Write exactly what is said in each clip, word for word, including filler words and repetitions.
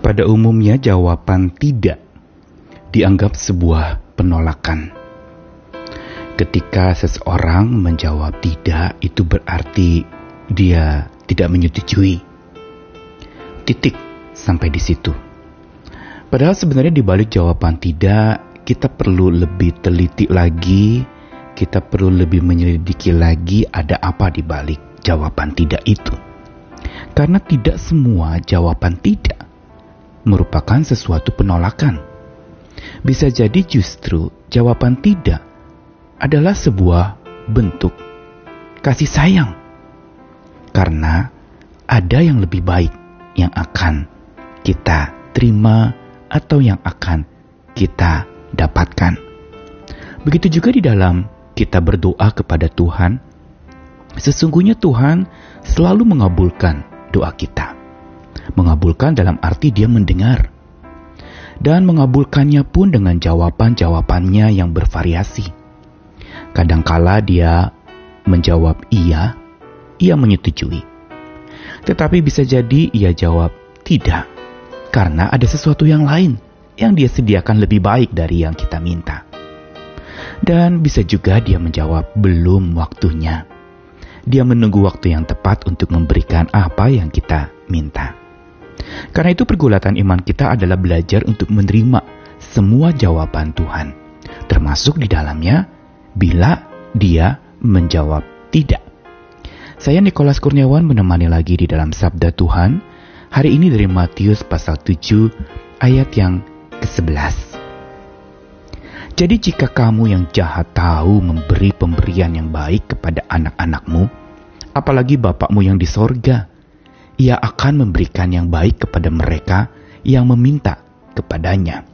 Pada umumnya jawaban tidak dianggap sebuah penolakan. Ketika seseorang menjawab tidak, itu berarti dia tidak menyetujui. Titik, sampai di situ. Padahal sebenarnya di balik jawaban tidak, kita perlu lebih teliti lagi, kita perlu lebih menyelidiki lagi ada apa di balik jawaban tidak itu. Karena tidak semua jawaban tidak merupakan sesuatu penolakan. Bisa jadi justru jawaban tidak adalah sebuah bentuk kasih sayang. Karena ada yang lebih baik yang akan kita terima atau yang akan kita dapatkan. Begitu juga di dalam kita berdoa kepada Tuhan, sesungguhnya Tuhan selalu mengabulkan doa kita. Mengabulkan dalam arti dia mendengar. Dan mengabulkannya pun dengan jawaban-jawabannya yang bervariasi. Kadangkala dia menjawab iya, ia menyetujui. Tetapi bisa jadi ia jawab tidak, karena ada sesuatu yang lain yang dia sediakan lebih baik dari yang kita minta. Dan bisa juga dia menjawab belum waktunya. Dia menunggu waktu yang tepat untuk memberikan apa yang kita minta. Karena itu pergulatan iman kita adalah belajar untuk menerima semua jawaban Tuhan, termasuk di dalamnya bila dia menjawab tidak. Saya Nikolas Kurniawan menemani lagi di dalam Sabda Tuhan, hari ini dari Matius pasal tujuh ayat yang kesebelas. Jadi jika kamu yang jahat tahu memberi pemberian yang baik kepada anak-anakmu, apalagi Bapakmu yang di sorga, ia akan memberikan yang baik kepada mereka yang meminta kepadanya.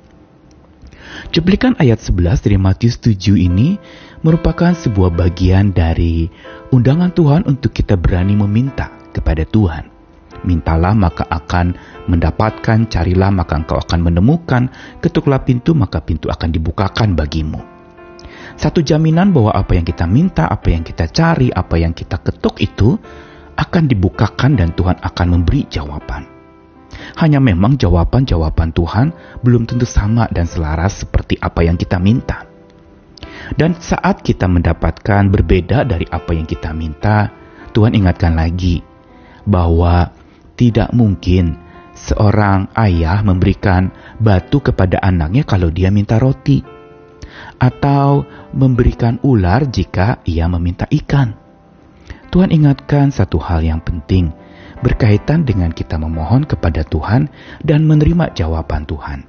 Cuplikan ayat sebelas dari Matius tujuh ini merupakan sebuah bagian dari undangan Tuhan untuk kita berani meminta kepada Tuhan. Mintalah maka akan mendapatkan, carilah maka engkau akan menemukan, ketuklah pintu maka pintu akan dibukakan bagimu. Satu jaminan bahwa apa yang kita minta, apa yang kita cari, apa yang kita ketuk itu akan dibukakan dan Tuhan akan memberi jawaban. Hanya memang jawaban-jawaban Tuhan belum tentu sama dan selaras seperti apa yang kita minta. Dan saat kita mendapatkan berbeda dari apa yang kita minta, Tuhan ingatkan lagi bahwa tidak mungkin seorang ayah memberikan batu kepada anaknya kalau dia minta roti, atau memberikan ular jika ia meminta ikan. Tuhan ingatkan satu hal yang penting berkaitan dengan kita memohon kepada Tuhan dan menerima jawaban Tuhan,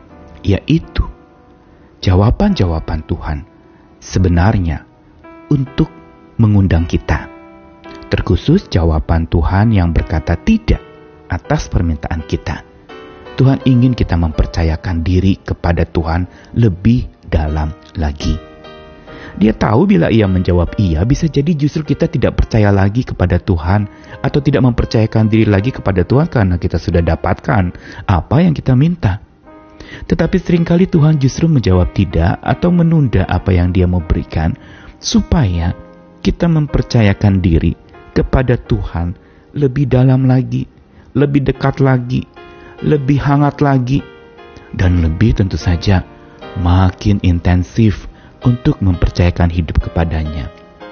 yaitu jawaban-jawaban Tuhan sebenarnya untuk mengundang kita. Terkhusus jawaban Tuhan yang berkata tidak atas permintaan kita. Tuhan ingin kita mempercayakan diri kepada Tuhan lebih dalam lagi. Dia tahu bila ia menjawab iya, bisa jadi justru kita tidak percaya lagi kepada Tuhan atau tidak mempercayakan diri lagi kepada Tuhan karena kita sudah dapatkan apa yang kita minta. Tetapi seringkali Tuhan justru menjawab tidak atau menunda apa yang dia mau berikan supaya kita mempercayakan diri kepada Tuhan lebih dalam lagi, lebih dekat lagi, lebih hangat lagi, dan lebih tentu saja makin intensif untuk mempercayakan hidup kepadanya.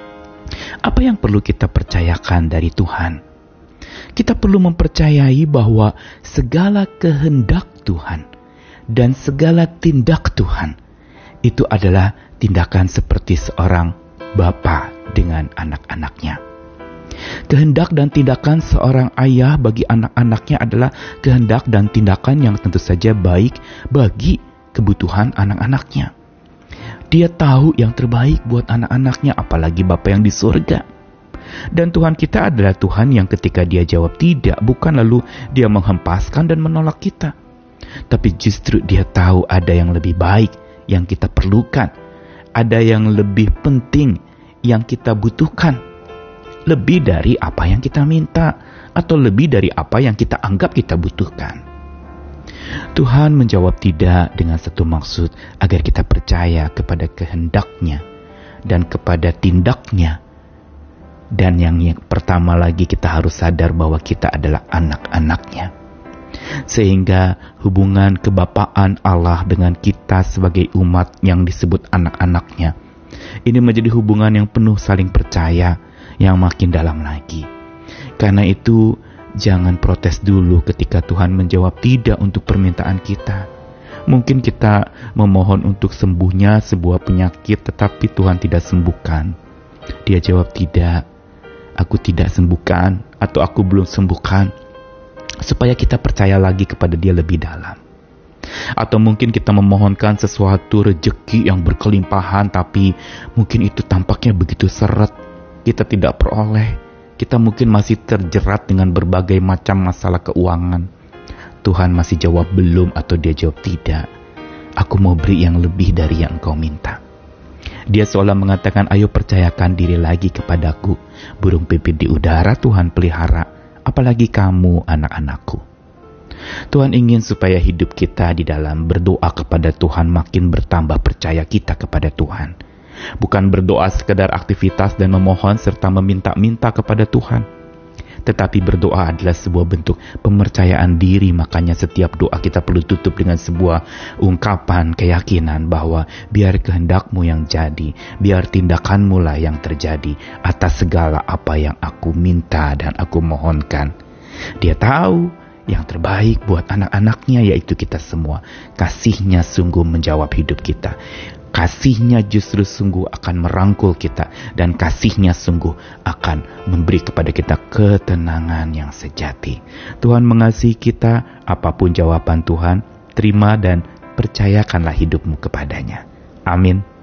Apa yang perlu kita percayakan dari Tuhan? Kita perlu mempercayai bahwa segala kehendak Tuhan dan segala tindak Tuhan itu adalah tindakan seperti seorang bapa dengan anak-anaknya. Kehendak dan tindakan seorang ayah bagi anak-anaknya adalah kehendak dan tindakan yang tentu saja baik bagi kebutuhan anak-anaknya. Dia tahu yang terbaik buat anak-anaknya, apalagi Bapa yang di surga. Dan Tuhan kita adalah Tuhan yang ketika dia jawab tidak, bukan lalu dia menghempaskan dan menolak kita. Tapi justru dia tahu ada yang lebih baik yang kita perlukan. Ada yang lebih penting yang kita butuhkan. Lebih dari apa yang kita minta, atau lebih dari apa yang kita anggap kita butuhkan. Tuhan menjawab tidak dengan satu maksud, agar kita percaya kepada kehendaknya dan kepada tindaknya. Dan yang, yang pertama lagi kita harus sadar bahwa kita adalah anak-anaknya. Sehingga hubungan kebapaan Allah dengan kita sebagai umat yang disebut anak-anaknya, ini menjadi hubungan yang penuh saling percaya, yang makin dalam lagi. Karena itu, jangan protes dulu ketika Tuhan menjawab tidak untuk permintaan kita. Mungkin kita memohon untuk sembuhnya sebuah penyakit, tetapi Tuhan tidak sembuhkan. Dia jawab tidak, aku tidak sembuhkan, atau aku belum sembuhkan. Supaya kita percaya lagi kepada Dia lebih dalam. Atau mungkin kita memohonkan sesuatu rezeki yang berkelimpahan, tapi mungkin itu tampaknya begitu seret, kita tidak peroleh. Kita mungkin masih terjerat dengan berbagai macam masalah keuangan. Tuhan masih jawab belum, atau Dia jawab tidak. Aku mau beri yang lebih dari yang engkau minta. Dia seolah mengatakan, ayo percayakan diri lagi kepadaku. Burung pipit di udara Tuhan pelihara, apalagi kamu anak-anakku. Tuhan ingin supaya hidup kita di dalam berdoa kepada Tuhan makin bertambah percaya kita kepada Tuhan. Bukan berdoa sekedar aktivitas dan memohon serta meminta-minta kepada Tuhan. Tetapi berdoa adalah sebuah bentuk pemercayaan diri. Makanya setiap doa kita perlu tutup dengan sebuah ungkapan keyakinan bahwa biar kehendakmu yang jadi, biar tindakanmu lah yang terjadi atas segala apa yang aku minta dan aku mohonkan. Dia tahu yang terbaik buat anak-anaknya, yaitu kita semua. Kasih-Nya sungguh menjawab hidup kita. Kasih-Nya justru sungguh akan merangkul kita, dan kasih-Nya sungguh akan memberi kepada kita ketenangan yang sejati. Tuhan mengasihi kita, apapun jawaban Tuhan, terima dan percayakanlah hidupmu kepadanya. Amin.